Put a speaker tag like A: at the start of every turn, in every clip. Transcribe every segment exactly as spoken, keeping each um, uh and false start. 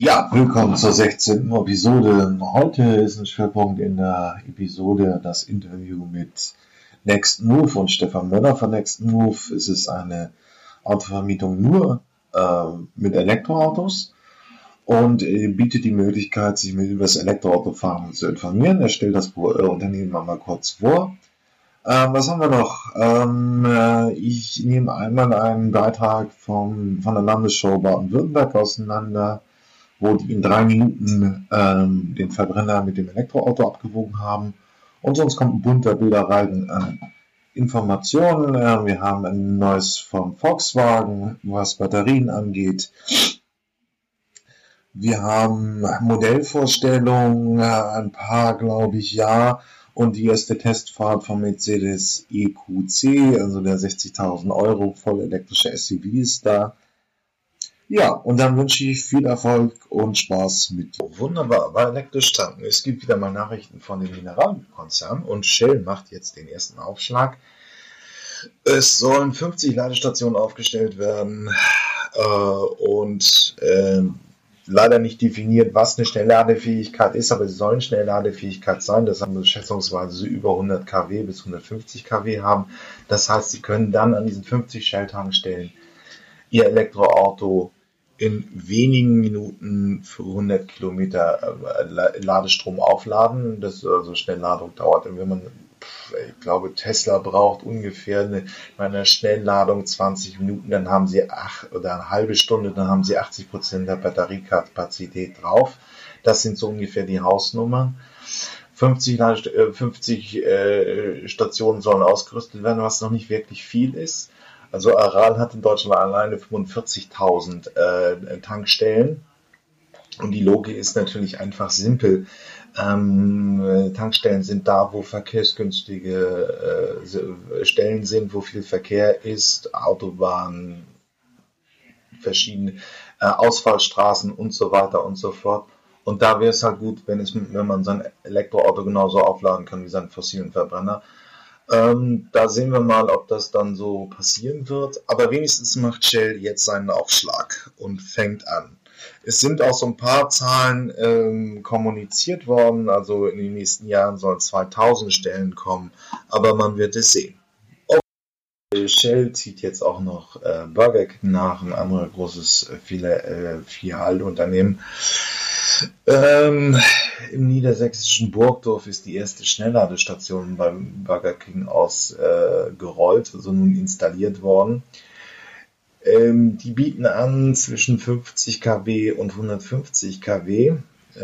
A: Ja, willkommen zur sechzehnten Episode. Heute ist ein Schwerpunkt in der Episode das Interview mit Next Move und Stefan Möller von Next Move. Es ist eine Autovermietung nur äh, mit Elektroautos und äh, bietet die Möglichkeit, sich mit über das Elektroautofahren zu informieren. Er stellt das äh, Unternehmen mal kurz vor. Ähm, was haben wir noch? Ähm, äh, ich nehme einmal einen Beitrag vom, von der Landesschau Baden-Württemberg auseinander, wo die in drei Minuten ähm, den Verbrenner mit dem Elektroauto abgewogen haben. Und sonst kommt ein bunter Bilderreigen an Informationen. Äh, wir haben ein neues von Volkswagen, was Batterien angeht. Wir haben Modellvorstellungen, äh, ein paar, glaube ich, ja. Und die erste Testfahrt vom Mercedes E Q C, also der sechzigtausend Euro voll elektrische S U V ist da. Ja, und dann wünsche ich viel Erfolg und Spaß mit. Wunderbar, war elektrisch tanken. Es gibt wieder mal Nachrichten von dem Mineralölkonzern und Shell macht jetzt den ersten Aufschlag. Es sollen fünfzig Ladestationen aufgestellt werden äh, und äh, leider nicht definiert, was eine Schnellladefähigkeit ist, aber es soll eine Schnellladefähigkeit sein. Das haben wir schätzungsweise so über hundert Kilowatt bis hundertfünfzig Kilowatt haben. Das heißt, Sie können dann an diesen fünfzig Shell-Tankstellen Ihr Elektroauto in wenigen Minuten für hundert Kilometer Ladestrom aufladen. Das also Schnellladung dauert, wenn man, ich glaube, Tesla braucht ungefähr eine, eine Schnellladung zwanzig Minuten, dann haben sie acht oder eine halbe Stunde, dann haben sie achtzig Prozent der Batteriekapazität drauf. Das sind so ungefähr die Hausnummern. fünfzig, fünfzig äh, Stationen sollen ausgerüstet werden, was noch nicht wirklich viel ist. Also Aral hat in Deutschland alleine fünfundvierzigtausend äh, Tankstellen und die Logik ist natürlich einfach simpel. Ähm, Tankstellen sind da, wo verkehrsgünstige äh, Stellen sind, wo viel Verkehr ist, Autobahnen, verschiedene äh, Ausfallstraßen und so weiter und so fort. Und da wäre es halt gut, wenn, es, wenn man sein Elektroauto genauso aufladen kann wie seinen fossilen Verbrenner. Ähm, da sehen wir mal, ob das dann so passieren wird. Aber wenigstens macht Shell jetzt seinen Aufschlag und fängt an. Es sind auch so ein paar Zahlen ähm, kommuniziert worden. Also in den nächsten Jahren sollen zweitausend Stellen kommen. Aber man wird es sehen. Okay. Shell zieht jetzt auch noch äh, Burger King nach, ein anderes großes äh, Filialunternehmen. Ähm, Im niedersächsischen Burgdorf ist die erste Schnellladestation beim Burger King ausgerollt, äh, also nun installiert worden. Ähm, die bieten an zwischen fünfzig Kilowatt und hundertfünfzig Kilowatt.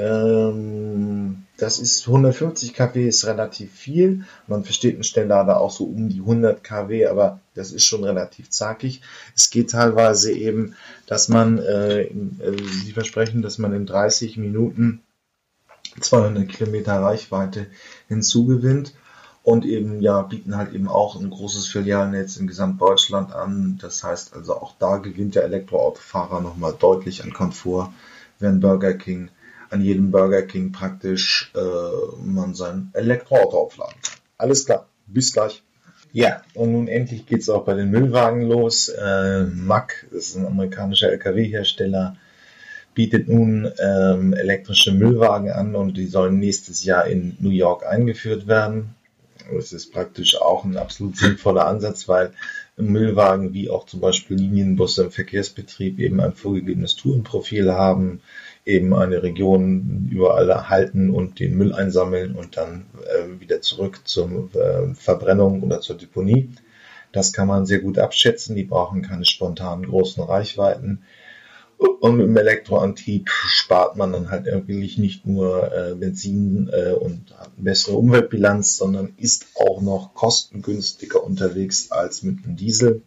A: Ähm, das ist hundertfünfzig Kilowatt ist relativ viel. Man versteht einen Schnelllader auch so um die hundert Kilowatt, aber das ist schon relativ zackig. Es geht teilweise eben, dass man, äh, in, äh, sie versprechen, dass man in dreißig Minuten zweihundert Kilometer Reichweite hinzugewinnt und eben, ja, bieten halt eben auch ein großes Filialnetz in Gesamtdeutschland an. Das heißt also, auch da gewinnt der Elektroautofahrer nochmal deutlich an Komfort, wenn Burger King an jedem Burger King praktisch äh, man sein Elektroauto aufladen kann. Alles klar, bis gleich. Ja, und nun endlich geht's auch bei den Müllwagen los. Äh, M A C, das ist ein amerikanischer L K W-Hersteller, bietet nun ähm, elektrische Müllwagen an und die sollen nächstes Jahr in New York eingeführt werden. Das ist praktisch auch ein absolut sinnvoller Ansatz, weil Müllwagen wie auch zum Beispiel Linienbusse im Verkehrsbetrieb eben ein vorgegebenes Tourenprofil haben, eben eine Region überall halten und den Müll einsammeln und dann äh, wieder zurück zur äh, Verbrennung oder zur Deponie. Das kann man sehr gut abschätzen. Die brauchen keine spontanen großen Reichweiten. Und im Elektroantrieb spart man dann halt wirklich nicht nur äh, Benzin äh, und hat eine bessere Umweltbilanz, sondern ist auch noch kostengünstiger unterwegs als mit einem Diesel.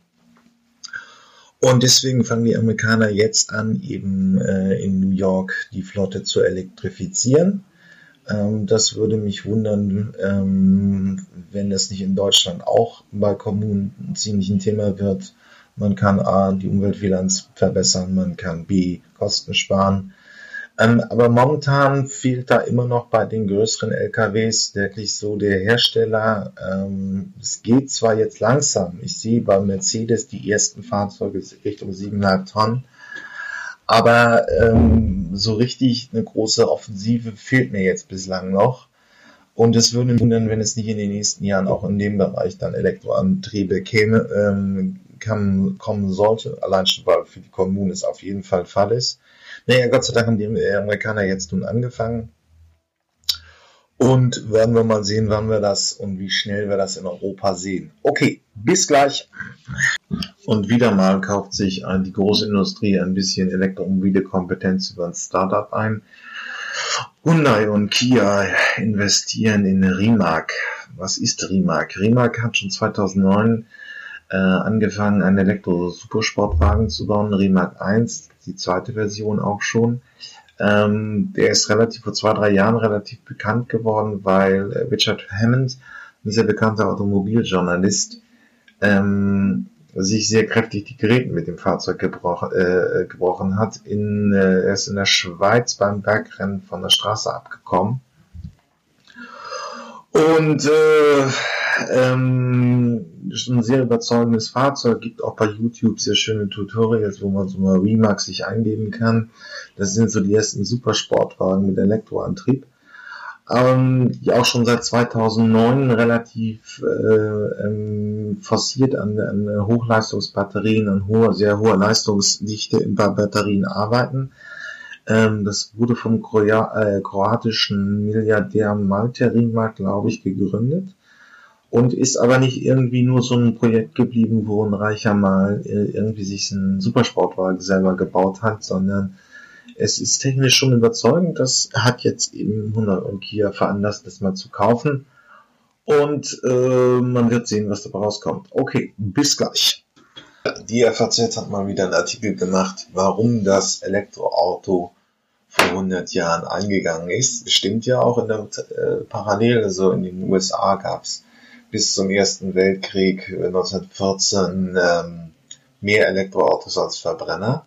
A: Und deswegen fangen die Amerikaner jetzt an, eben äh, in New York die Flotte zu elektrifizieren. Ähm, das würde mich wundern, ähm, wenn das nicht in Deutschland auch bei Kommunen ziemlich ein Thema wird. Man kann A, die Umweltbilanz verbessern, man kann B, Kosten sparen. Ähm, aber momentan fehlt da immer noch bei den größeren L K Ws wirklich so der Hersteller. Ähm, es geht zwar jetzt langsam, ich sehe bei Mercedes die ersten Fahrzeuge Richtung sieben Komma fünf Tonnen, Aber ähm, so richtig eine große Offensive fehlt mir jetzt bislang noch. Und es würde mich wundern, wenn es nicht in den nächsten Jahren auch in dem Bereich dann Elektroantriebe käme, ähm, kann, kommen sollte. Allein schon, weil für die Kommunen es auf jeden Fall Fall ist. Naja, Gott sei Dank haben die Amerikaner jetzt nun angefangen. Und werden wir mal sehen, wann wir das und wie schnell wir das in Europa sehen. Okay, bis gleich. Und wieder mal kauft sich die Großindustrie ein bisschen elektromobile Kompetenz über ein Startup ein. Hyundai und Kia investieren in Rimac. Was ist Rimac? Rimac hat schon zweitausendneun äh, angefangen, einen Elektro-Supersportwagen zu bauen. Rimac eins, die zweite Version auch schon. Ähm, der ist relativ vor zwei, drei Jahren relativ bekannt geworden, weil äh, Richard Hammond, ein sehr bekannter Automobiljournalist, ähm, sich sehr kräftig die Gräten mit dem Fahrzeug gebrochen, äh, gebrochen hat. In, äh, er ist in der Schweiz beim Bergrennen von der Straße abgekommen. Und äh, ähm, ist ein sehr überzeugendes Fahrzeug, gibt auch bei YouTube sehr schöne Tutorials, wo man so mal Rimac sich eingeben kann. Das sind so die ersten Supersportwagen mit Elektroantrieb, ähm, die auch schon seit zweitausendneun relativ äh, ähm, forciert an, an Hochleistungsbatterien, an hoher, sehr hoher Leistungsdichte in Batterien arbeiten. Ähm, das wurde vom Kroa- äh, kroatischen Milliardär Malte Rimac, glaube ich, gegründet. Und ist aber nicht irgendwie nur so ein Projekt geblieben, wo ein Reicher mal äh, irgendwie sich einen Supersportwagen selber gebaut hat, sondern es ist technisch schon überzeugend. Das hat jetzt eben Hyundai und Kia veranlasst, das mal zu kaufen. Und äh, man wird sehen, was dabei rauskommt. Okay, bis gleich. Die F A Z hat mal wieder einen Artikel gemacht, warum das Elektroauto vor hundert Jahren eingegangen ist. Stimmt ja auch in der äh, parallel, also in den U S A gab es bis zum Ersten Weltkrieg neunzehnhundertvierzehn ähm, mehr Elektroautos als Verbrenner.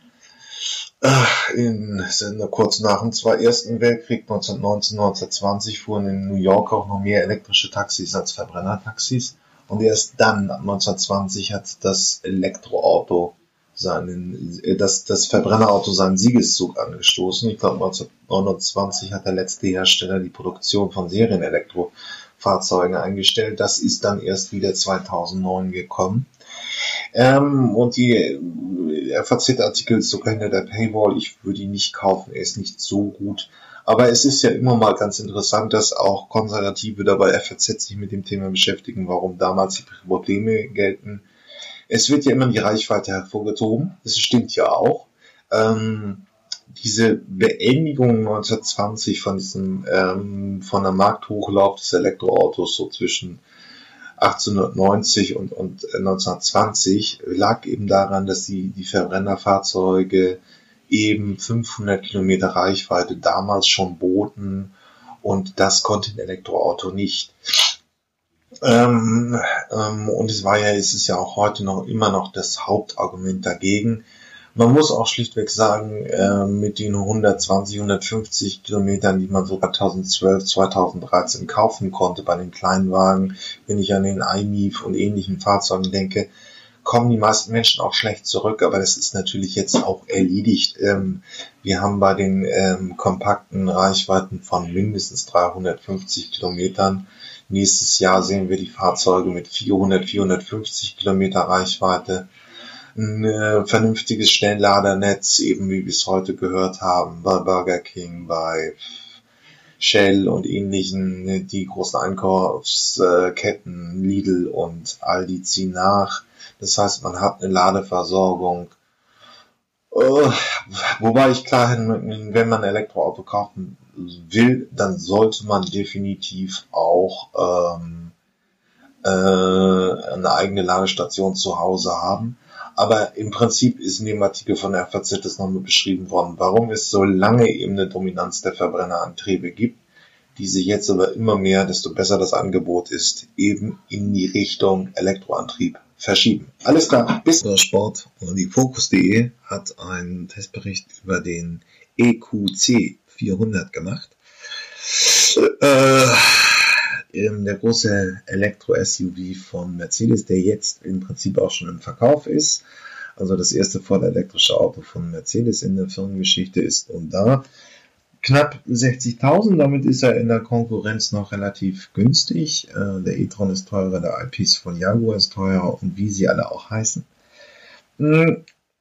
A: In, in, kurz nach dem Ersten Weltkrieg, neunzehnhundertneunzehn, neunzehnhundertzwanzig, fuhren in New York auch noch mehr elektrische Taxis als Verbrennertaxis. Und erst dann, neunzehnhundertzwanzig, hat das Elektroauto seinen, das, das Verbrennerauto seinen Siegeszug angestoßen. Ich glaube, neunzehnhundertneunundzwanzig hat der letzte Hersteller die Produktion von Serienelektrofahrzeugen eingestellt. Das ist dann erst wieder zweitausendneun gekommen. Ähm, und die F A Z-Artikel ist sogar hinter der Paywall. Ich würde ihn nicht kaufen, er ist nicht so gut. Aber es ist ja immer mal ganz interessant, dass auch Konservative dabei F A Z sich mit dem Thema beschäftigen, warum damals die Probleme gelten. Es wird ja immer die Reichweite hervorgehoben, das stimmt ja auch. Ähm, diese Beendigung neunzehnhundertzwanzig von diesem ähm, von der Markthochlauf des Elektroautos so zwischen achtzehnhundertneunzig und, und neunzehnhundertzwanzig lag eben daran, dass die, die Verbrennerfahrzeuge eben fünfhundert Kilometer Reichweite damals schon boten und das konnte ein Elektroauto nicht. Ähm, ähm, und es war ja, es ist ja auch heute noch immer noch das Hauptargument dagegen. Man muss auch schlichtweg sagen, äh, mit den hundertzwanzig, hundertfünfzig Kilometern, die man so zweitausendzwölf, zweitausenddreizehn kaufen konnte bei den Kleinwagen, wenn ich an den i M I F und ähnlichen Fahrzeugen denke, kommen die meisten Menschen auch schlecht zurück, aber das ist natürlich jetzt auch erledigt. Ähm, wir haben bei den ähm, kompakten Reichweiten von mindestens dreihundertfünfzig Kilometern. Nächstes Jahr sehen wir die Fahrzeuge mit vierhundert, vierhundertfünfzig Kilometer Reichweite. Ein äh, vernünftiges Schnellladernetz, eben wie wir es heute gehört haben, bei Burger King, bei Shell und ähnlichen, die großen Einkaufsketten, Lidl und Aldi ziehen nach. Das heißt, man hat eine Ladeversorgung. Uh, wobei ich klar, wenn man ein Elektroauto kaufen will, dann sollte man definitiv auch ähm, äh, eine eigene Ladestation zu Hause haben. Aber im Prinzip ist in dem Artikel von der F A Z das nochmal beschrieben worden, warum es so lange eben eine Dominanz der Verbrennerantriebe gibt, die sich jetzt aber immer mehr, desto besser das Angebot ist, eben in die Richtung Elektroantrieb verschieben. Alles klar, bis der Sport. Und die Focus punkt de hat einen Testbericht über den E Q C vierhundert gemacht. Äh, der große Elektro-S U V von Mercedes, der jetzt im Prinzip auch schon im Verkauf ist. Also das erste vollelektrische Auto von Mercedes in der Firmengeschichte ist nun da. Knapp sechzigtausend, damit ist er in der Konkurrenz noch relativ günstig. Äh, der e-tron ist teurer, der I-Pace von Jaguar ist teurer und wie sie alle auch heißen. Hm.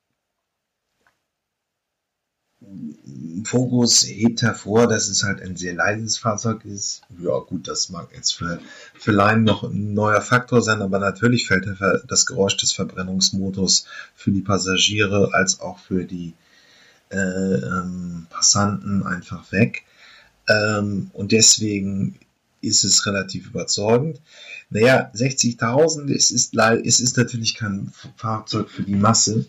A: Focus hebt hervor, dass es halt ein sehr leises Fahrzeug ist. Ja gut, das mag jetzt für, für Laien noch ein neuer Faktor sein, aber natürlich fällt das Geräusch des Verbrennungsmotors für die Passagiere als auch für die äh, ähm, Passanten einfach weg. Ähm, und deswegen ist es relativ überzeugend. Naja, sechzigtausend, es ist, es ist natürlich kein Fahrzeug für die Masse.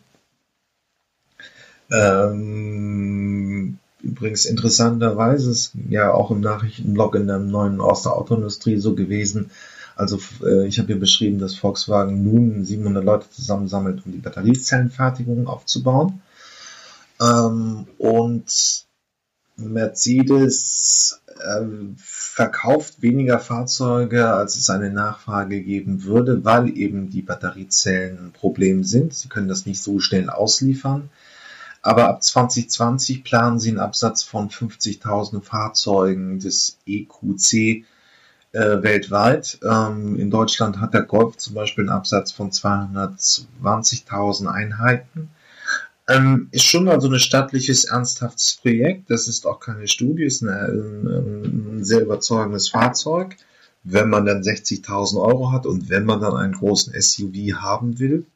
A: Ähm, übrigens interessanterweise ist ja auch im Nachrichtenblog in der neuen aus der Autoindustrie so gewesen. Also äh, ich habe hier beschrieben, dass Volkswagen nun siebenhundert Leute zusammensammelt, um die Batteriezellenfertigung aufzubauen. Ähm, und Mercedes äh, verkauft weniger Fahrzeuge, als es eine Nachfrage geben würde, weil eben die Batteriezellen ein Problem sind. Sie können das nicht so schnell ausliefern. Aber ab zwanzig zwanzig planen sie einen Absatz von fünfzigtausend Fahrzeugen des E Q C äh, weltweit. Ähm, in Deutschland hat der Golf zum Beispiel einen Absatz von zweihundertzwanzigtausend Einheiten. Ähm, ist schon also ein stattliches, ernsthaftes Projekt. Das ist auch keine Studie, ist eine, ein, ein sehr überzeugendes Fahrzeug, wenn man dann sechzigtausend Euro hat und wenn man dann einen großen S U V haben will.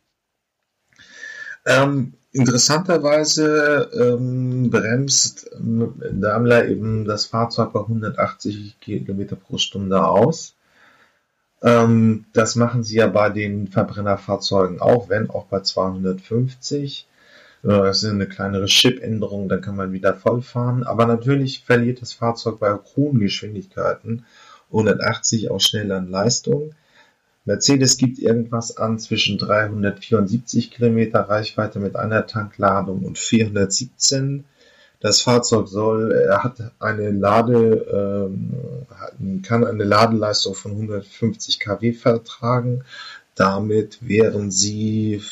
A: Ähm, Interessanterweise ähm, bremst Daimler eben das Fahrzeug bei hundertachtzig Kilometer pro Stunde aus. Ähm, das machen sie ja bei den Verbrennerfahrzeugen auch, wenn auch bei zweihundertfünfzig. Das ist eine kleinere Chip-Änderung, dann kann man wieder voll fahren. Aber natürlich verliert das Fahrzeug bei hohen Geschwindigkeiten hundertachtzig auch schnell an Leistung. Mercedes gibt irgendwas an zwischen dreihundertvierundsiebzig Kilometer Reichweite mit einer Tankladung und vierhundertsiebzehn. Das Fahrzeug soll, er hat eine Lade, ähm, kann eine Ladeleistung von hundertfünfzig Kilowatt vertragen. Damit wären sie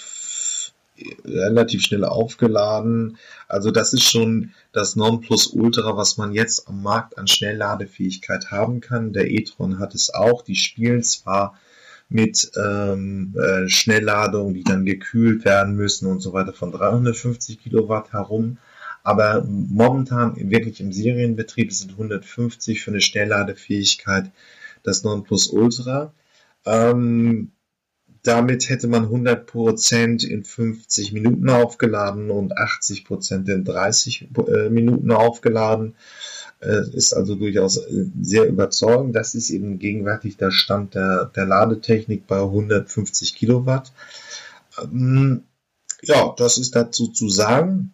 A: relativ schnell aufgeladen. Also das ist schon das Nonplusultra, was man jetzt am Markt an Schnellladefähigkeit haben kann. Der e-tron hat es auch. Die spielen zwar mit ähm, äh, Schnellladungen, die dann gekühlt werden müssen und so weiter, von dreihundertfünfzig Kilowatt herum. Aber momentan wirklich im Serienbetrieb sind hundertfünfzig für eine Schnellladefähigkeit das Nonplusultra. Ähm, damit hätte man hundert Prozent in fünfzig Minuten aufgeladen und achtzig Prozent in dreißig äh, Minuten aufgeladen. Ist also durchaus sehr überzeugend. Das ist eben gegenwärtig der Stand der, der Ladetechnik bei hundertfünfzig Kilowatt. Ähm, ja, das ist dazu zu sagen.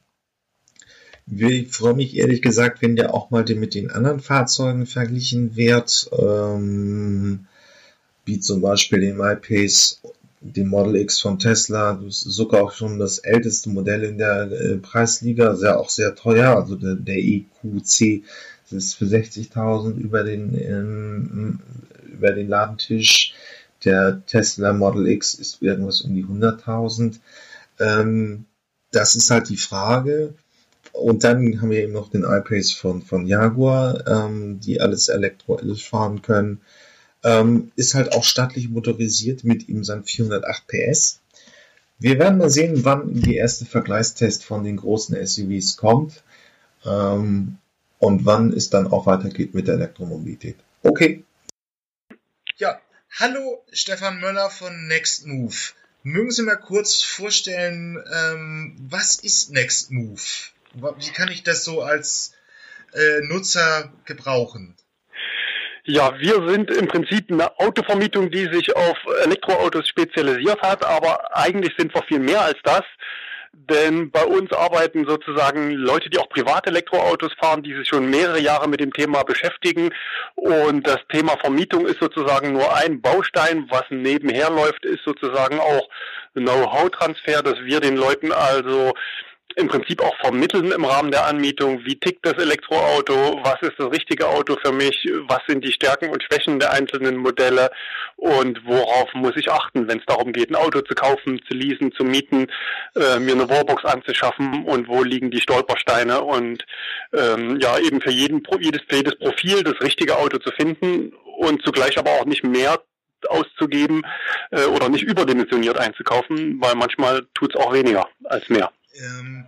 A: Ich freue mich ehrlich gesagt, wenn der auch mal mit den anderen Fahrzeugen verglichen wird, ähm, wie zum Beispiel dem I-Pace, dem Model X von Tesla. Das ist sogar auch schon das älteste Modell in der äh, Preisliga, sehr auch sehr teuer. Also der, der E Q C das ist für sechzigtausend über den ähm, über den Ladentisch. Der Tesla Model X ist irgendwas um die hunderttausend. Ähm, das ist halt die Frage. Und dann haben wir eben noch den I-Pace von von Jaguar, ähm, die alles elektrisch fahren können. Ähm, ist halt auch stattlich motorisiert mit ihm seinen vierhundertacht P S. Wir werden mal sehen, wann die erste Vergleichstest von den großen S U Vs kommt. Ähm, Und wann es dann auch weitergeht mit der Elektromobilität. Okay.
B: Ja, hallo Stefan Möller von Nextmove. Mögen Sie mal kurz vorstellen, ähm, was ist Nextmove? Wie kann ich das so als äh, Nutzer gebrauchen?
C: Ja, wir sind im Prinzip eine Autovermietung, die sich auf Elektroautos spezialisiert hat, aber eigentlich sind wir viel mehr als das. Denn bei uns arbeiten sozusagen Leute, die auch private Elektroautos fahren, die sich schon mehrere Jahre mit dem Thema beschäftigen. Und das Thema Vermietung ist sozusagen nur ein Baustein. Was nebenher läuft, ist sozusagen auch Know-how-Transfer, dass wir den Leuten also im Prinzip auch vermitteln im Rahmen der Anmietung, wie tickt das Elektroauto, was ist das richtige Auto für mich, was sind die Stärken und Schwächen der einzelnen Modelle und worauf muss ich achten, wenn es darum geht, ein Auto zu kaufen, zu leasen, zu mieten, äh, mir eine Wallbox anzuschaffen und wo liegen die Stolpersteine und ähm, ja eben für jeden jedes, für jedes Profil das richtige Auto zu finden und zugleich aber auch nicht mehr auszugeben äh, oder nicht überdimensioniert einzukaufen, weil manchmal tut es auch weniger als mehr.
B: Ähm,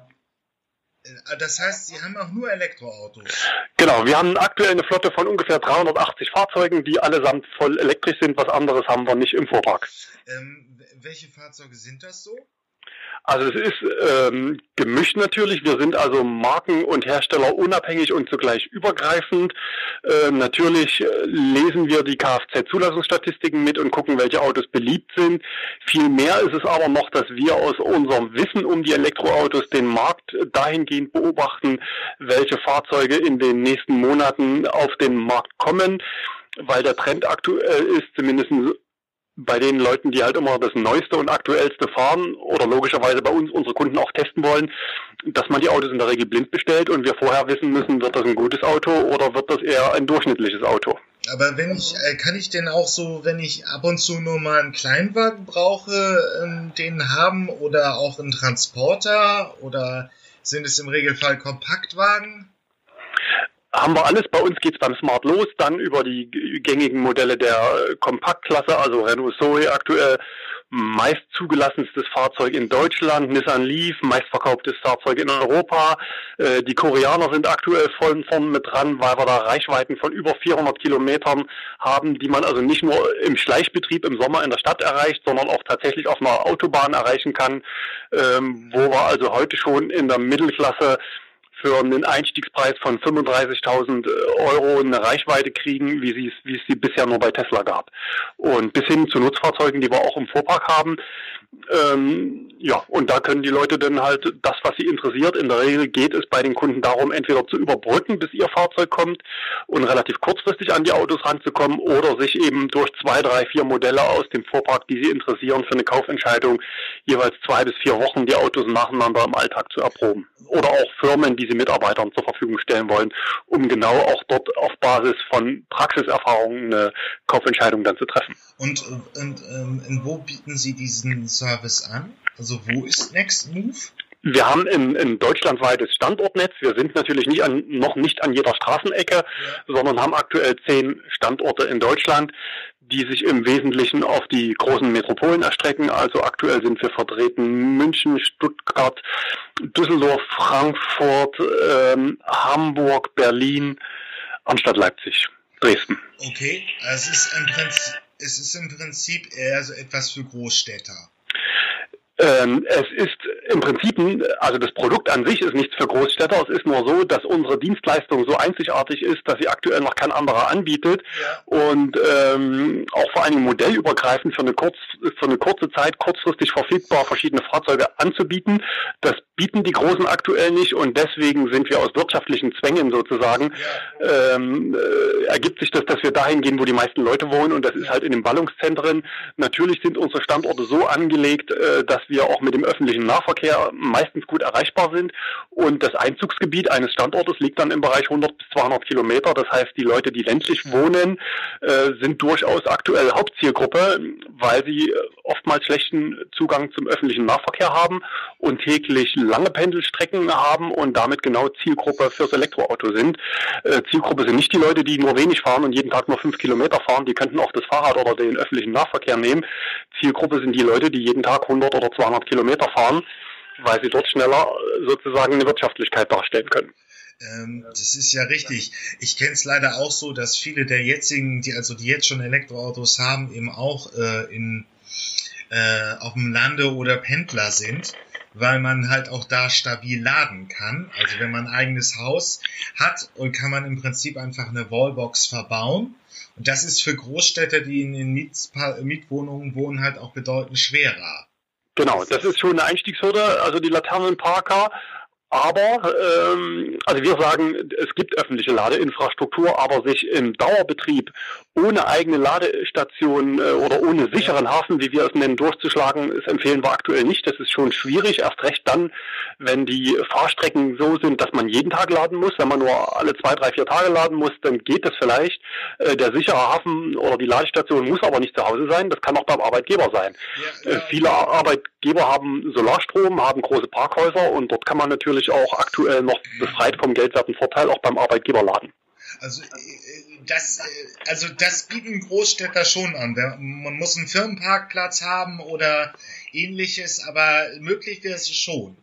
B: das heißt, Sie haben auch nur Elektroautos?
C: Genau, wir haben aktuell eine Flotte von ungefähr dreihundertachtzig Fahrzeugen, die allesamt voll elektrisch sind. Was anderes haben wir nicht im Fuhrpark.
B: Ähm, welche Fahrzeuge sind das so?
C: Also es ist ähm, gemischt natürlich. Wir sind also marken- und Hersteller unabhängig und zugleich übergreifend. Äh, natürlich äh, lesen wir die Kfz-Zulassungsstatistiken mit und gucken, welche Autos beliebt sind. Viel mehr ist es aber noch, dass wir aus unserem Wissen um die Elektroautos den Markt dahingehend beobachten, welche Fahrzeuge in den nächsten Monaten auf den Markt kommen, weil der Trend aktuell ist, zumindest bei den Leuten, die halt immer das Neueste und Aktuellste fahren oder logischerweise bei uns unsere Kunden auch testen wollen, dass man die Autos in der Regel blind bestellt und wir vorher wissen müssen, wird das ein gutes Auto oder wird das eher ein durchschnittliches Auto.
B: Aber wenn ich, kann ich denn auch so, wenn ich ab und zu nur mal einen Kleinwagen brauche, den haben oder auch einen Transporter oder sind es im Regelfall Kompaktwagen?
C: Haben wir alles. Bei uns geht's beim Smart los, dann über die gängigen Modelle der Kompaktklasse, also Renault Zoe aktuell, meist zugelassenstes Fahrzeug in Deutschland, Nissan Leaf, meistverkauftes Fahrzeug in Europa. Äh, die Koreaner sind aktuell voll vorn mit dran, weil wir da Reichweiten von über vierhundert Kilometern haben, die man also nicht nur im Schleichbetrieb im Sommer in der Stadt erreicht, sondern auch tatsächlich auf einer Autobahn erreichen kann, ähm, wo wir also heute schon in der Mittelklasse für einen Einstiegspreis von fünfunddreißigtausend Euro eine Reichweite kriegen, wie sie es, wie es sie bisher nur bei Tesla gab. Und bis hin zu Nutzfahrzeugen, die wir auch im Fuhrpark haben. Ähm, ja, und da können die Leute dann halt das, was sie interessiert. In der Regel geht es bei den Kunden darum, entweder zu überbrücken, bis ihr Fahrzeug kommt und relativ kurzfristig an die Autos ranzukommen oder sich eben durch zwei, drei, vier Modelle aus dem Fuhrpark, die sie interessieren, für eine Kaufentscheidung jeweils zwei bis vier Wochen die Autos nacheinander im Alltag zu erproben. Oder auch Firmen, die sie Mitarbeitern zur Verfügung stellen wollen, um genau auch dort auf Basis von Praxiserfahrungen eine Kaufentscheidung dann zu treffen.
B: Und, und, ähm, und wo bieten Sie diesen Service an? Also wo ist NextMove?
C: Wir haben ein, ein deutschlandweites Standortnetz. Wir sind natürlich nicht an, noch nicht an jeder Straßenecke, ja, sondern haben aktuell zehn Standorte in Deutschland, die sich im Wesentlichen auf die großen Metropolen erstrecken. Also aktuell sind wir vertreten München, Stuttgart, Düsseldorf, Frankfurt, ähm, Hamburg, Berlin, anstatt Leipzig, Dresden.
B: Okay, also es ist im Prinzip, es ist im Prinzip eher so etwas für Großstädter.
C: Ähm, es ist im Prinzip, also das Produkt an sich ist nichts für Großstädter. Es ist nur so, dass unsere Dienstleistung so einzigartig ist, dass sie aktuell noch kein anderer anbietet, ja, und ähm, auch vor allem modellübergreifend für eine, kurz, für eine kurze Zeit kurzfristig verfügbar verschiedene Fahrzeuge anzubieten. Das bieten die Großen aktuell nicht und deswegen sind wir aus wirtschaftlichen Zwängen sozusagen, ja, ähm, äh, ergibt sich das, dass wir dahin gehen, wo die meisten Leute wohnen, und das ist halt in den Ballungszentren. Natürlich sind unsere Standorte so angelegt, äh, dass wir auch mit dem öffentlichen Nahverkehr meistens gut erreichbar sind, und das Einzugsgebiet eines Standortes liegt dann im Bereich hundert bis zweihundert Kilometer. Das heißt, die Leute, die ländlich wohnen, äh, sind durchaus aktuell Hauptzielgruppe, weil sie oftmals schlechten Zugang zum öffentlichen Nahverkehr haben und täglich lange Pendelstrecken haben und damit genau Zielgruppe fürs Elektroauto sind. Äh, Zielgruppe sind nicht die Leute, die nur wenig fahren und jeden Tag nur fünf Kilometer fahren. Die könnten auch das Fahrrad oder den öffentlichen Nahverkehr nehmen. Zielgruppe sind die Leute, die jeden Tag hundert oder zweihundert Kilometer fahren, weil sie dort schneller sozusagen eine Wirtschaftlichkeit darstellen können.
B: Ähm, das ist ja richtig. Ich kenne es leider auch so, dass viele der jetzigen, die also die jetzt schon Elektroautos haben, eben auch äh, in äh, auf dem Lande oder Pendler sind, weil man halt auch da stabil laden kann. Also wenn man ein eigenes Haus hat, und kann man im Prinzip einfach eine Wallbox verbauen. Und das ist für Großstädter, die in den Mietspa- Mietwohnungen wohnen, halt auch bedeutend schwerer.
C: Genau, das ist schon eine Einstiegshürde, also die Laternenparker. Aber, ähm, also wir sagen, es gibt öffentliche Ladeinfrastruktur, aber sich im Dauerbetrieb ohne eigene Ladestation äh, oder ohne sicheren Hafen, wie wir es nennen, durchzuschlagen, das empfehlen wir aktuell nicht. Das ist schon schwierig, erst recht dann, wenn die Fahrstrecken so sind, dass man jeden Tag laden muss. Wenn man nur alle zwei, drei, vier Tage laden muss, dann geht das vielleicht. Äh, der sichere Hafen oder die Ladestation muss aber nicht zu Hause sein. Das kann auch beim Arbeitgeber sein. Ja, ja. Äh, viele Arbeitgeber haben Solarstrom, haben große Parkhäuser und dort kann man natürlich auch aktuell noch befreit vom geldwerten Vorteil auch beim Arbeitgeber laden.
B: Also das, also das bieten Großstädter schon an. Man muss einen Firmenparkplatz haben oder ähnliches, aber möglich wäre es schon.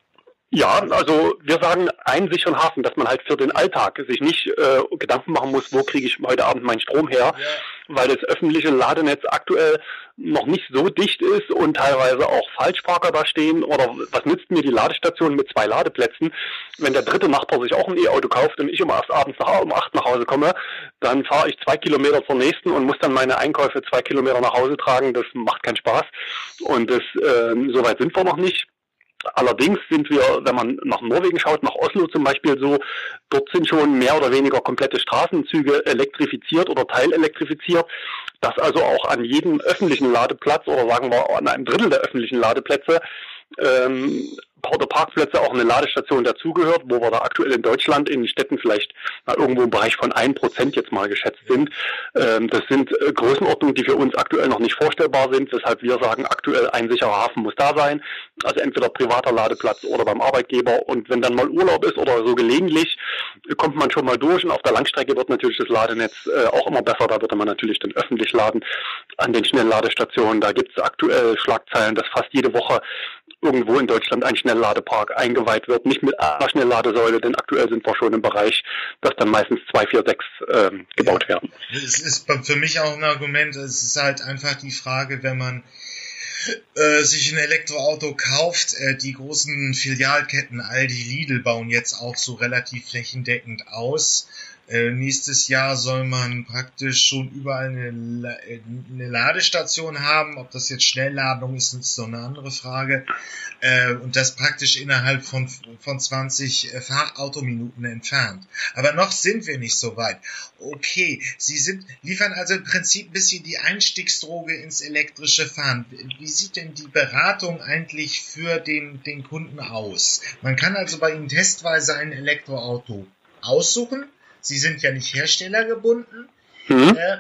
C: Ja, also wir sagen einen sicheren Hafen, dass man halt für den Alltag sich nicht äh, Gedanken machen muss, wo kriege ich heute Abend meinen Strom her, ja. Weil das öffentliche Ladenetz aktuell noch nicht so dicht ist und teilweise auch Falschparker da stehen. Oder was nützt mir die Ladestation mit zwei Ladeplätzen? Wenn der dritte Nachbar sich auch ein E-Auto kauft und ich um erst abends nach, um acht nach Hause komme, dann fahre ich zwei Kilometer zur nächsten und muss dann meine Einkäufe zwei Kilometer nach Hause tragen. Das macht keinen Spaß und das äh, so weit sind wir noch nicht. Allerdings sind wir, wenn man nach Norwegen schaut, nach Oslo zum Beispiel so, dort sind schon mehr oder weniger komplette Straßenzüge elektrifiziert oder teilelektrifiziert, dass also auch an jedem öffentlichen Ladeplatz oder sagen wir an einem Drittel der öffentlichen Ladeplätze ähm, oder Parkplätze auch eine Ladestation dazugehört, wo wir da aktuell in Deutschland in Städten vielleicht mal irgendwo im Bereich von ein Prozent jetzt mal geschätzt sind. Ähm, das sind äh, Größenordnungen, die für uns aktuell noch nicht vorstellbar sind, weshalb wir sagen, aktuell ein sicherer Hafen muss da sein, also entweder privater Ladeplatz oder beim Arbeitgeber und wenn dann mal Urlaub ist oder so gelegentlich, äh, kommt man schon mal durch und auf der Langstrecke wird natürlich das Ladenetz äh, auch immer besser, da würde man natürlich dann öffentlich laden an den Schnellladestationen. Da gibt es aktuell Schlagzeilen, dass fast jede Woche irgendwo in Deutschland ein Schnellladepark eingeweiht wird, nicht mit einer Schnellladesäule, denn aktuell sind wir schon im Bereich, dass dann meistens zwei, vier, sechs ähm, gebaut ja. werden.
B: Es ist für mich auch ein Argument, es ist halt einfach die Frage, wenn man äh, sich ein Elektroauto kauft, äh, die großen Filialketten Aldi, Lidl bauen jetzt auch so relativ flächendeckend aus. Äh, nächstes Jahr soll man praktisch schon überall eine, eine Ladestation haben. Ob das jetzt Schnellladung ist, ist so eine andere Frage. Äh, und das praktisch innerhalb von, von zwanzig äh, Fahrautominuten entfernt. Aber noch sind wir nicht so weit. Okay, Sie sind, liefern also im Prinzip ein bisschen die Einstiegsdroge ins elektrische Fahren. Wie sieht denn die Beratung eigentlich für den, den Kunden aus? Man kann also bei Ihnen testweise ein Elektroauto aussuchen. Sie sind ja nicht herstellergebunden. Mhm. Äh,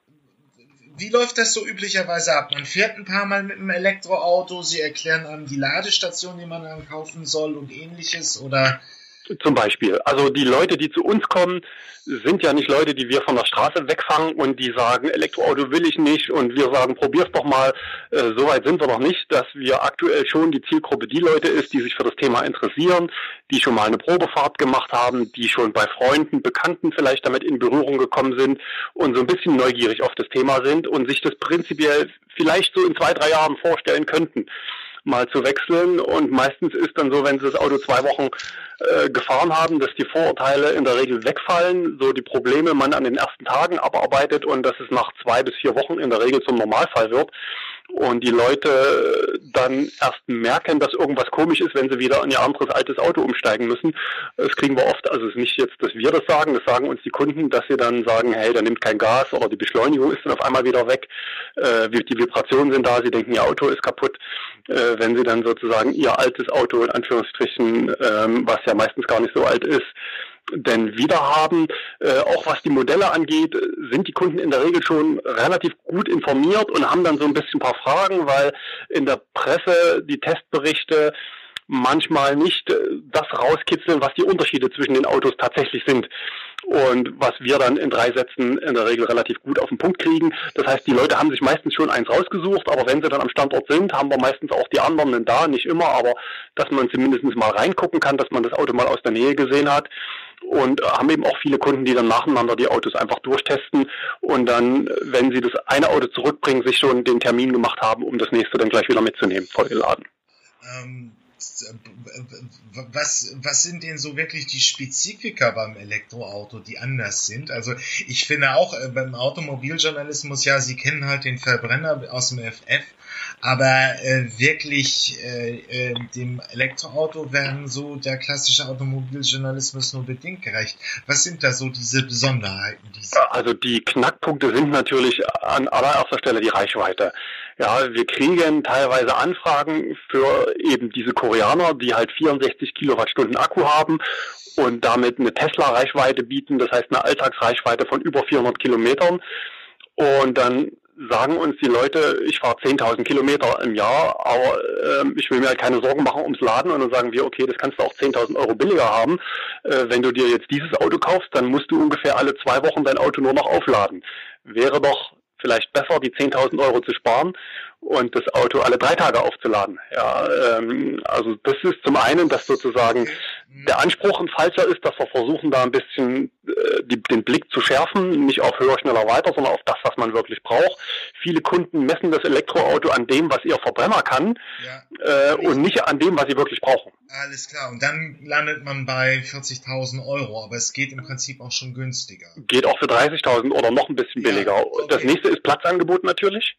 B: wie läuft das so üblicherweise ab? Man fährt ein paar Mal mit einem Elektroauto, Sie erklären einem die Ladestation, die man dann kaufen soll und ähnliches, oder?
C: Zum Beispiel. Also die Leute, die zu uns kommen, sind ja nicht Leute, die wir von der Straße wegfangen und die sagen, Elektroauto will ich nicht und wir sagen, probier's doch mal. Äh, Soweit sind wir noch nicht, dass wir aktuell schon die Zielgruppe die Leute ist, die sich für das Thema interessieren, die schon mal eine Probefahrt gemacht haben, die schon bei Freunden, Bekannten vielleicht damit in Berührung gekommen sind und so ein bisschen neugierig auf das Thema sind und sich das prinzipiell vielleicht so in zwei, drei Jahren vorstellen könnten, mal zu wechseln. Und meistens ist dann so, wenn sie das Auto zwei Wochen äh, gefahren haben, dass die Vorurteile in der Regel wegfallen, so die Probleme man an den ersten Tagen abarbeitet und dass es nach zwei bis vier Wochen in der Regel zum Normalfall wird. Und die Leute dann erst merken, dass irgendwas komisch ist, wenn sie wieder in ihr anderes altes Auto umsteigen müssen. Das kriegen wir oft, also es ist nicht jetzt, dass wir das sagen, das sagen uns die Kunden, dass sie dann sagen, hey, der nimmt kein Gas oder die Beschleunigung ist dann auf einmal wieder weg, äh, die Vibrationen sind da, sie denken, ihr Auto ist kaputt. Äh, wenn sie dann sozusagen ihr altes Auto in Anführungsstrichen, ähm, was ja meistens gar nicht so alt ist, denn wieder haben, äh, auch was die Modelle angeht, sind die Kunden in der Regel schon relativ gut informiert und haben dann so ein bisschen ein paar Fragen, weil in der Presse die Testberichte manchmal nicht das rauskitzeln, was die Unterschiede zwischen den Autos tatsächlich sind. Und was wir dann in drei Sätzen in der Regel relativ gut auf den Punkt kriegen. Das heißt, die Leute haben sich meistens schon eins rausgesucht, aber wenn sie dann am Standort sind, haben wir meistens auch die anderen da, nicht immer, aber dass man zumindest mal reingucken kann, dass man das Auto mal aus der Nähe gesehen hat. Und haben eben auch viele Kunden, die dann nacheinander die Autos einfach durchtesten und dann, wenn sie das eine Auto zurückbringen, sich schon den Termin gemacht haben, um das nächste dann gleich wieder mitzunehmen, vollgeladen.
B: Ähm, was, was sind denn so wirklich die Spezifika beim Elektroauto, die anders sind? Also ich finde auch äh, beim Automobiljournalismus, ja, Sie kennen halt den Verbrenner aus dem F F, aber äh, wirklich äh, äh, dem Elektroauto werden so der klassische Automobiljournalismus nur bedingt gerecht. Was sind da so diese Besonderheiten? Diese
C: Also die Knackpunkte sind natürlich an allererster Stelle die Reichweite. Ja, wir kriegen teilweise Anfragen für eben diese Koreaner, die halt vierundsechzig Kilowattstunden Akku haben und damit eine Tesla-Reichweite bieten, das heißt eine Alltagsreichweite von über vierhundert Kilometern. Und dann sagen uns die Leute, ich fahre zehntausend Kilometer im Jahr, aber äh, ich will mir halt keine Sorgen machen ums Laden. Und dann sagen wir, okay, das kannst du auch zehntausend Euro billiger haben. Äh, wenn du dir jetzt dieses Auto kaufst, dann musst du ungefähr alle zwei Wochen dein Auto nur noch aufladen. Wäre doch vielleicht besser, die zehntausend Euro zu sparen und das Auto alle drei Tage aufzuladen. Ja, ähm, also das ist zum einen, dass sozusagen der Anspruch ein falscher ist, dass wir versuchen, da ein bisschen äh, die, den Blick zu schärfen, nicht auf höher, schneller, weiter, sondern auf das, was man wirklich braucht. Viele Kunden messen das Elektroauto an dem, was ihr Verbrenner kann, ja, äh, und nicht an dem, was sie wirklich brauchen.
B: Alles klar, und dann landet man bei vierzigtausend Euro, aber es geht im Prinzip auch schon günstiger.
C: Geht auch für dreißigtausend oder noch ein bisschen billiger. Ja, okay. Das nächste ist Platzangebot natürlich.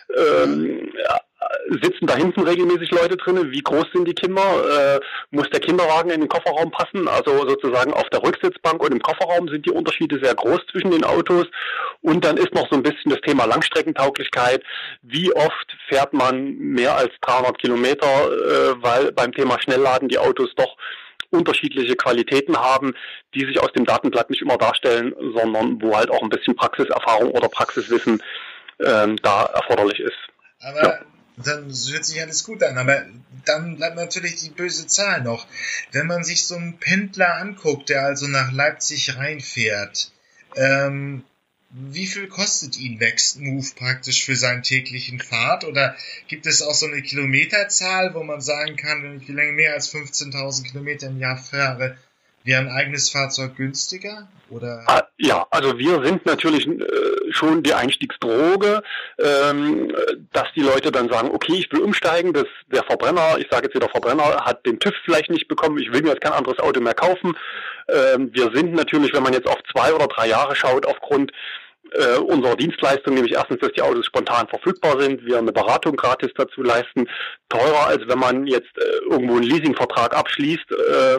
C: Ähm, ja, sitzen da hinten regelmäßig Leute drin? Wie groß sind die Kinder? Äh, muss der Kinderwagen in den Kofferraum passen? Also sozusagen auf der Rücksitzbank und im Kofferraum sind die Unterschiede sehr groß zwischen den Autos. Und dann ist noch so ein bisschen das Thema Langstreckentauglichkeit. Wie oft fährt man mehr als dreihundert Kilometer? Äh, weil beim Thema Schnellladen die Autos doch unterschiedliche Qualitäten haben, die sich aus dem Datenblatt nicht immer darstellen, sondern wo halt auch ein bisschen Praxiserfahrung oder Praxiswissen ähm, da erforderlich ist.
B: Aber ja. Dann hört sich alles gut an, aber dann bleibt natürlich die böse Zahl noch. Wenn man sich so einen Pendler anguckt, der also nach Leipzig reinfährt, ähm, wie viel kostet ihn Nextmove praktisch für seinen täglichen Fahrt? Oder gibt es auch so eine Kilometerzahl, wo man sagen kann, wenn ich länger mehr als fünfzehntausend Kilometer im Jahr fahre, wäre ein eigenes Fahrzeug günstiger? Oder?
C: Ah, ja, also wir sind natürlich äh, schon die Einstiegsdroge, ähm, dass die Leute dann sagen, okay, ich will umsteigen, das, der Verbrenner, ich sage jetzt wieder Verbrenner, hat den TÜV vielleicht nicht bekommen, ich will mir jetzt kein anderes Auto mehr kaufen. Ähm, wir sind natürlich, wenn man jetzt auf zwei oder drei Jahre schaut, aufgrund äh, unserer Dienstleistung, nämlich erstens, dass die Autos spontan verfügbar sind, wir eine Beratung gratis dazu leisten, teurer, als wenn man jetzt äh, irgendwo einen Leasingvertrag abschließt, äh,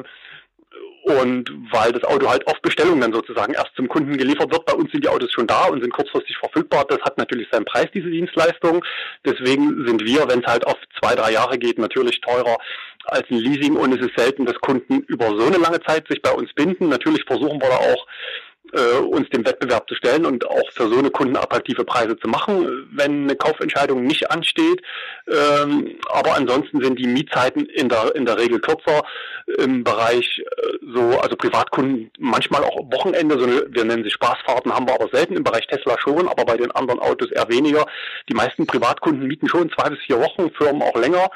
C: und weil das Auto halt auf Bestellung dann sozusagen erst zum Kunden geliefert wird. Bei uns sind die Autos schon da und sind kurzfristig verfügbar. Das hat natürlich seinen Preis, diese Dienstleistung. Deswegen sind wir, wenn es halt auf zwei, drei Jahre geht, natürlich teurer als ein Leasing. Und es ist selten, dass Kunden über so eine lange Zeit sich bei uns binden. Natürlich versuchen wir da auch, äh, uns dem Wettbewerb zu stellen und auch für so eine Kunden attraktive Preise zu machen, wenn eine Kaufentscheidung nicht ansteht. Ähm, aber ansonsten sind die Mietzeiten in der in der Regel kürzer. Im Bereich äh, so, also Privatkunden manchmal auch am Wochenende, so eine, wir nennen sie Spaßfahrten, haben wir aber selten, im Bereich Tesla schon, aber bei den anderen Autos eher weniger. Die meisten Privatkunden mieten schon zwei bis vier Wochen, Firmen auch länger.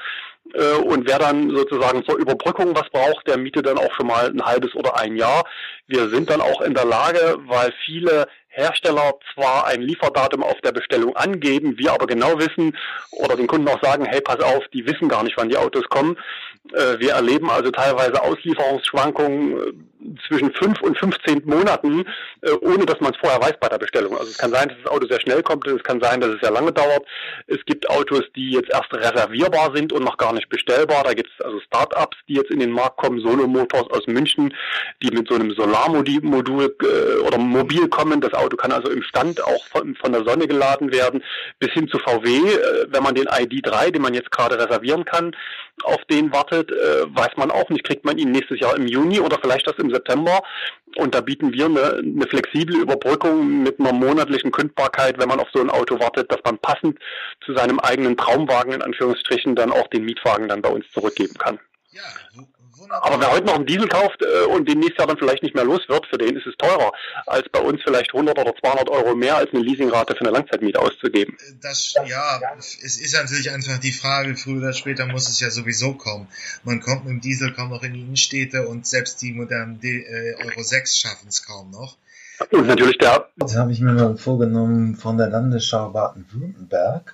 C: Und wer dann sozusagen zur Überbrückung was braucht, der mietet dann auch schon mal ein halbes oder ein Jahr. Wir sind dann auch in der Lage, weil viele Hersteller zwar ein Lieferdatum auf der Bestellung angeben, wir aber genau wissen oder den Kunden auch sagen, hey, pass auf, die wissen gar nicht, wann die Autos kommen. Wir erleben also teilweise Auslieferungsschwankungen zwischen fünf und fünfzehn Monaten, ohne dass man es vorher weiß bei der Bestellung. Also es kann sein, dass das Auto sehr schnell kommt, es kann sein, dass es sehr lange dauert. Es gibt Autos, die jetzt erst reservierbar sind und noch gar nicht bestellbar. Da gibt es also Start-ups, die jetzt in den Markt kommen, Sono Motors aus München, die mit so einem Solarmodul äh, oder Mobil kommen. Das Auto kann also im Stand auch von, von der Sonne geladen werden, bis hin zu V W. Äh, wenn man den I D drei, den man jetzt gerade reservieren kann, auf den wartet, äh, weiß man auch nicht, kriegt man ihn nächstes Jahr im Juni oder vielleicht erst im September. Und da bieten wir eine, eine flexible Überbrückung mit einer monatlichen Kündbarkeit, wenn man auf so ein Auto wartet, dass man passend zu seinem eigenen Traumwagen in Anführungsstrichen dann auch den Mietwagen dann bei uns zurückgeben kann.
B: Ja,
C: aber wer heute noch einen Diesel kauft äh, und den nächstes Jahr dann vielleicht nicht mehr los wird, für den ist es teurer, als bei uns vielleicht hundert oder zweihundert Euro mehr als eine Leasingrate für eine Langzeitmiete auszugeben.
B: Das, ja, es ist natürlich einfach die Frage, früher oder später muss es ja sowieso kommen. Man kommt mit dem Diesel kaum noch in die Innenstädte und selbst die modernen D- äh, Euro sechs schaffen es kaum noch.
C: Und natürlich der...
A: Das habe ich mir mal vorgenommen von der Landesschau Baden-Württemberg.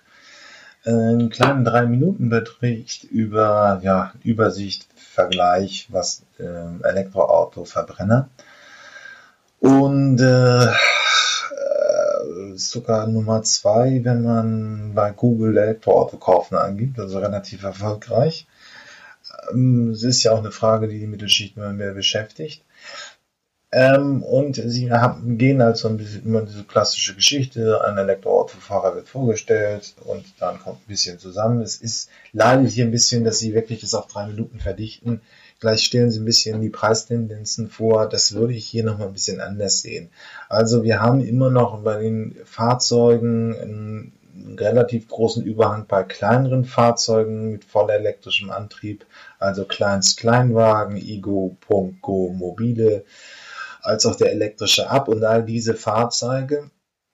A: Einen kleinen drei Minuten Bericht über ja, Übersicht, Vergleich, was äh, Elektroauto, Verbrenner. Und äh, ist sogar Nummer zwei, wenn man bei Google Elektroauto kaufen angibt, also relativ erfolgreich. Ähm, es ist ja auch eine Frage, die die Mittelschicht immer mehr beschäftigt. Ähm, und sie haben, gehen halt so ein bisschen immer diese klassische Geschichte, ein Elektroautofahrer wird vorgestellt und dann kommt ein bisschen zusammen. Es ist leider hier ein bisschen, dass sie wirklich das auf drei Minuten verdichten. Gleich stellen sie ein bisschen die Preistendenzen vor. Das würde ich hier nochmal ein bisschen anders sehen. Also wir haben immer noch bei den Fahrzeugen einen relativ großen Überhang bei kleineren Fahrzeugen mit vollelektrischem Antrieb, also Kleinst-Kleinwagen, Igo, Punkt-Go, Mobile, als auch der elektrische Up und all diese Fahrzeuge.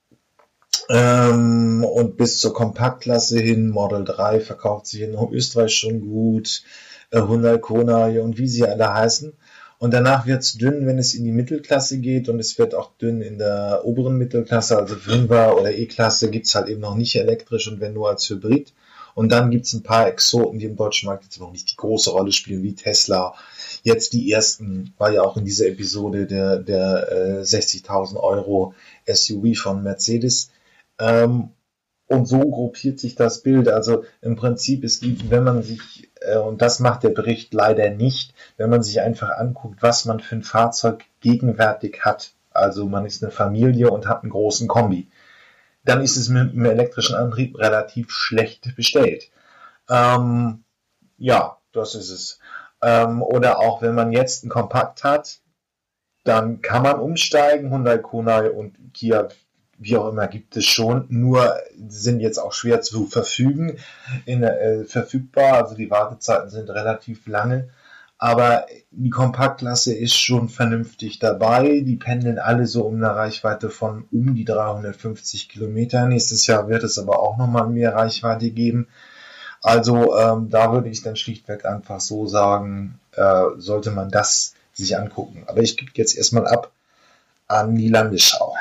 A: Ähm, und bis zur Kompaktklasse hin, Model drei verkauft sich in Österreich schon gut, äh, Hyundai Kona und wie sie alle heißen. Und danach wird es dünn, wenn es in die Mittelklasse geht und es wird auch dünn in der oberen Mittelklasse, also fünfer oder E-Klasse gibt es halt eben noch nicht elektrisch und wenn nur als Hybrid. Und dann gibt es ein paar Exoten, die im deutschen Markt jetzt noch nicht die große Rolle spielen, wie Tesla. Jetzt die ersten, war ja auch in dieser Episode der, der äh, sechzigtausend Euro S U V von Mercedes. Ähm, und so gruppiert sich das Bild. Also im Prinzip, es gibt, wenn man sich, äh, und das macht der Bericht leider nicht, wenn man sich einfach anguckt, was man für ein Fahrzeug gegenwärtig hat. Also man ist eine Familie und hat einen großen Kombi. Dann ist es mit dem elektrischen Antrieb relativ schlecht bestellt. Ähm, ja, das ist es. Ähm, oder auch wenn man jetzt einen Kompakt hat, dann kann man umsteigen. Hyundai Kona und Kia, wie auch immer, gibt es schon. Nur sind jetzt auch schwer zu verfügen, in, äh, verfügbar. Also die Wartezeiten sind relativ lange. Aber die Kompaktklasse ist schon vernünftig dabei. Die pendeln alle so um eine Reichweite von um die dreihundertfünfzig Kilometer. Nächstes Jahr wird es aber auch nochmal mehr Reichweite geben. Also ähm, da würde ich dann schlichtweg einfach so sagen, äh, sollte man das sich angucken. Aber ich gebe jetzt erstmal ab an die Landesschau.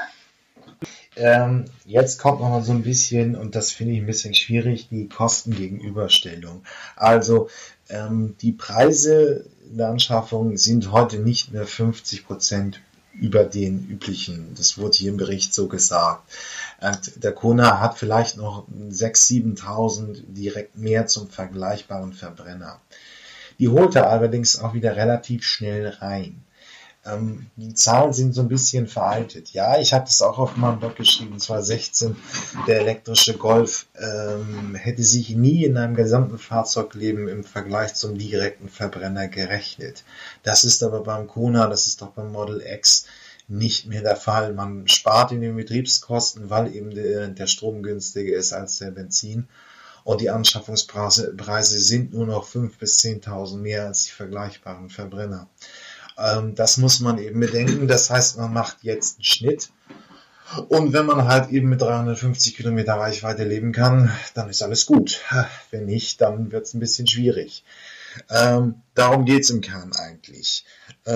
A: Ähm, jetzt kommt noch mal so ein bisschen, und das finde ich ein bisschen schwierig, die Kostengegenüberstellung. Also ähm, die Preise der Anschaffung sind heute nicht mehr fünfzig Prozent über den üblichen. Das wurde hier im Bericht so gesagt. Und der Kona hat vielleicht noch sechstausend, siebentausend direkt mehr zum vergleichbaren Verbrenner. Die holt er allerdings auch wieder relativ schnell rein. Ähm, die Zahlen sind so ein bisschen veraltet. Ja, ich habe das auch auf meinem Blog geschrieben, zwanzig sechzehn, der elektrische Golf ähm, hätte sich nie in einem gesamten Fahrzeugleben im Vergleich zum direkten Verbrenner gerechnet. Das ist aber beim Kona, das ist doch beim Model X nicht mehr der Fall. Man spart in den Betriebskosten, weil eben der, der Strom günstiger ist als der Benzin. Und die Anschaffungspreise Preise sind nur noch fünftausend bis zehntausend mehr als die vergleichbaren Verbrenner. Ähm, das muss man eben bedenken. Das heißt, man macht jetzt einen Schnitt. Und wenn man halt eben mit dreihundertfünfzig Kilometer Reichweite leben kann, dann ist alles gut. Wenn nicht, dann wird es ein bisschen schwierig. Ähm, darum geht es im Kern eigentlich. Äh,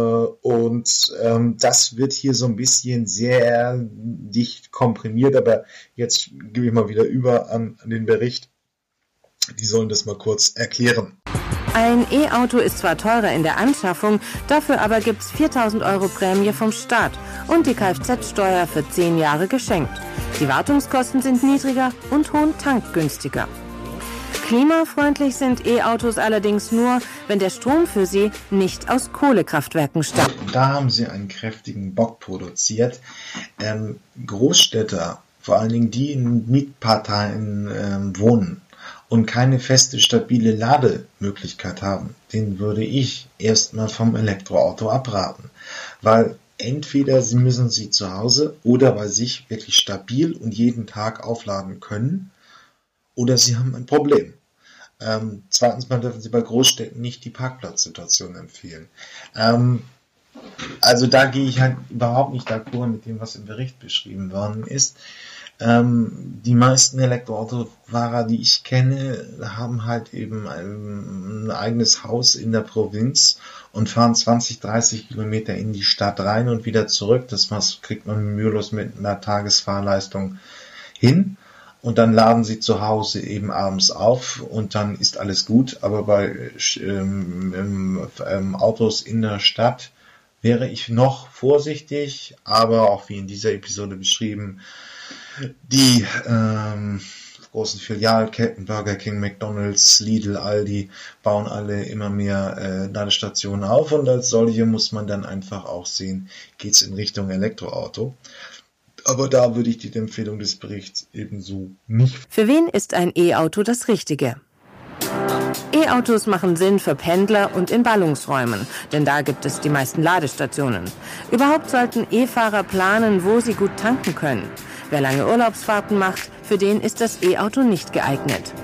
A: und ähm, das wird hier so ein bisschen sehr dicht komprimiert, aber jetzt gebe ich mal wieder über an, an den Bericht. Die sollen das mal kurz erklären.
D: Ein E-Auto ist zwar teurer in der Anschaffung, dafür aber gibt's viertausend Euro Prämie vom Staat und die Kfz-Steuer für zehn Jahre geschenkt. Die Wartungskosten sind niedriger und hohen Tank günstiger. Klimafreundlich sind E-Autos allerdings nur, wenn der Strom für sie nicht aus Kohlekraftwerken stammt.
A: Da haben sie einen kräftigen Bock produziert. Ähm, Großstädter, vor allen Dingen die in Mietparteien ähm, wohnen und keine feste, stabile Lademöglichkeit haben, den würde ich erstmal vom Elektroauto abraten. Weil entweder sie müssen sie zu Hause oder bei sich wirklich stabil und jeden Tag aufladen können, oder sie haben ein Problem. Ähm, zweitens mal dürfen sie bei Großstädten nicht die Parkplatzsituation empfehlen. Ähm, also da gehe ich halt überhaupt nicht d'accord mit dem, was im Bericht beschrieben worden ist. Ähm, die meisten Elektroautofahrer, die ich kenne, haben halt eben ein, ein eigenes Haus in der Provinz und fahren zwanzig, dreißig Kilometer in die Stadt rein und wieder zurück. Das kriegt man mühelos mit einer Tagesfahrleistung hin. Und dann laden sie zu Hause eben abends auf und dann ist alles gut. Aber bei ähm, ähm, Autos in der Stadt wäre ich noch vorsichtig, aber auch wie in dieser Episode beschrieben, Die ähm, großen Filialketten, Burger King, McDonald's, Lidl, Aldi, bauen alle immer mehr äh, Ladestationen auf und als solche muss man dann einfach auch sehen, geht's in Richtung Elektroauto. Aber da würde ich die Empfehlung des Berichts ebenso nicht.
D: Für wen ist ein E-Auto das Richtige? E-Autos machen Sinn für Pendler und in Ballungsräumen, denn da gibt es die meisten Ladestationen. Überhaupt sollten E-Fahrer planen, wo sie gut tanken können. Wer lange Urlaubsfahrten macht, für den ist das E-Auto nicht geeignet.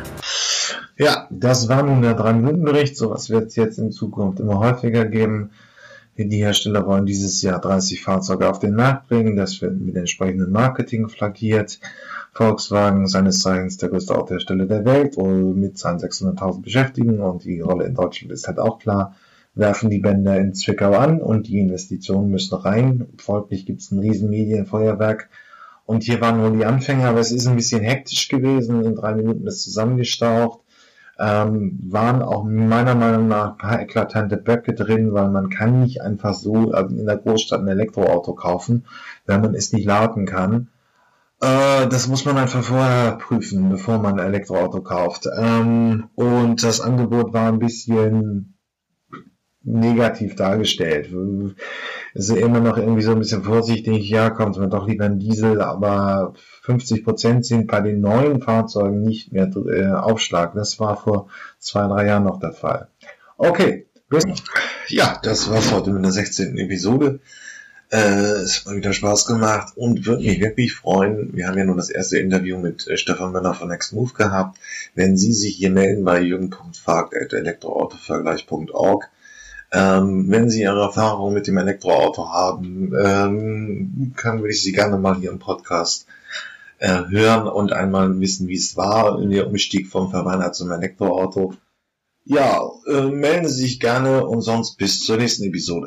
A: Ja, das war nun der drei-Minuten-Bericht. Sowas wird es jetzt in Zukunft immer häufiger geben. Die Hersteller wollen dieses Jahr dreißig Fahrzeuge auf den Markt bringen. Das wird mit entsprechendem Marketing flaggiert. Volkswagen, seines Zeichens der größte Autohersteller der Welt, mit seinen sechshunderttausend Beschäftigten, und die Rolle in Deutschland ist halt auch klar, werfen die Bänder in Zwickau an und die Investitionen müssen rein. Folglich gibt es ein riesen Medienfeuerwerk. Und hier waren nur die Anfänger, aber es ist ein bisschen hektisch gewesen. In drei Minuten ist zusammengestaucht. Ähm, waren auch meiner Meinung nach ein paar eklatante Böcke drin, weil man kann nicht einfach so in der Großstadt ein Elektroauto kaufen, wenn man es nicht laden kann. Äh, das muss man einfach vorher prüfen, bevor man ein Elektroauto kauft. Ähm, und das Angebot war ein bisschen negativ dargestellt. Es ist immer noch irgendwie so ein bisschen vorsichtig, ja, kommt man doch lieber ein Diesel, aber fünfzig Prozent sind bei den neuen Fahrzeugen nicht mehr äh, Aufschlag. Das war vor zwei, drei Jahren noch der Fall. Okay, ja, das war's heute mit der sechzehnten Episode. Äh, es hat mal wieder Spaß gemacht und würde mich wirklich freuen. Wir haben ja nun das erste Interview mit äh, Stefan Möller von Next Move gehabt. Wenn Sie sich hier melden bei jürgen punkt fagt at elektroautovergleich punkt org. Ähm, wenn Sie Ihre Erfahrung mit dem Elektroauto haben, ähm, kann, würde ich Sie gerne mal hier im Podcast äh, hören und einmal wissen, wie es war in der Umstieg vom Verbrenner zum Elektroauto. Ja, äh, melden Sie sich gerne und sonst bis zur nächsten Episode.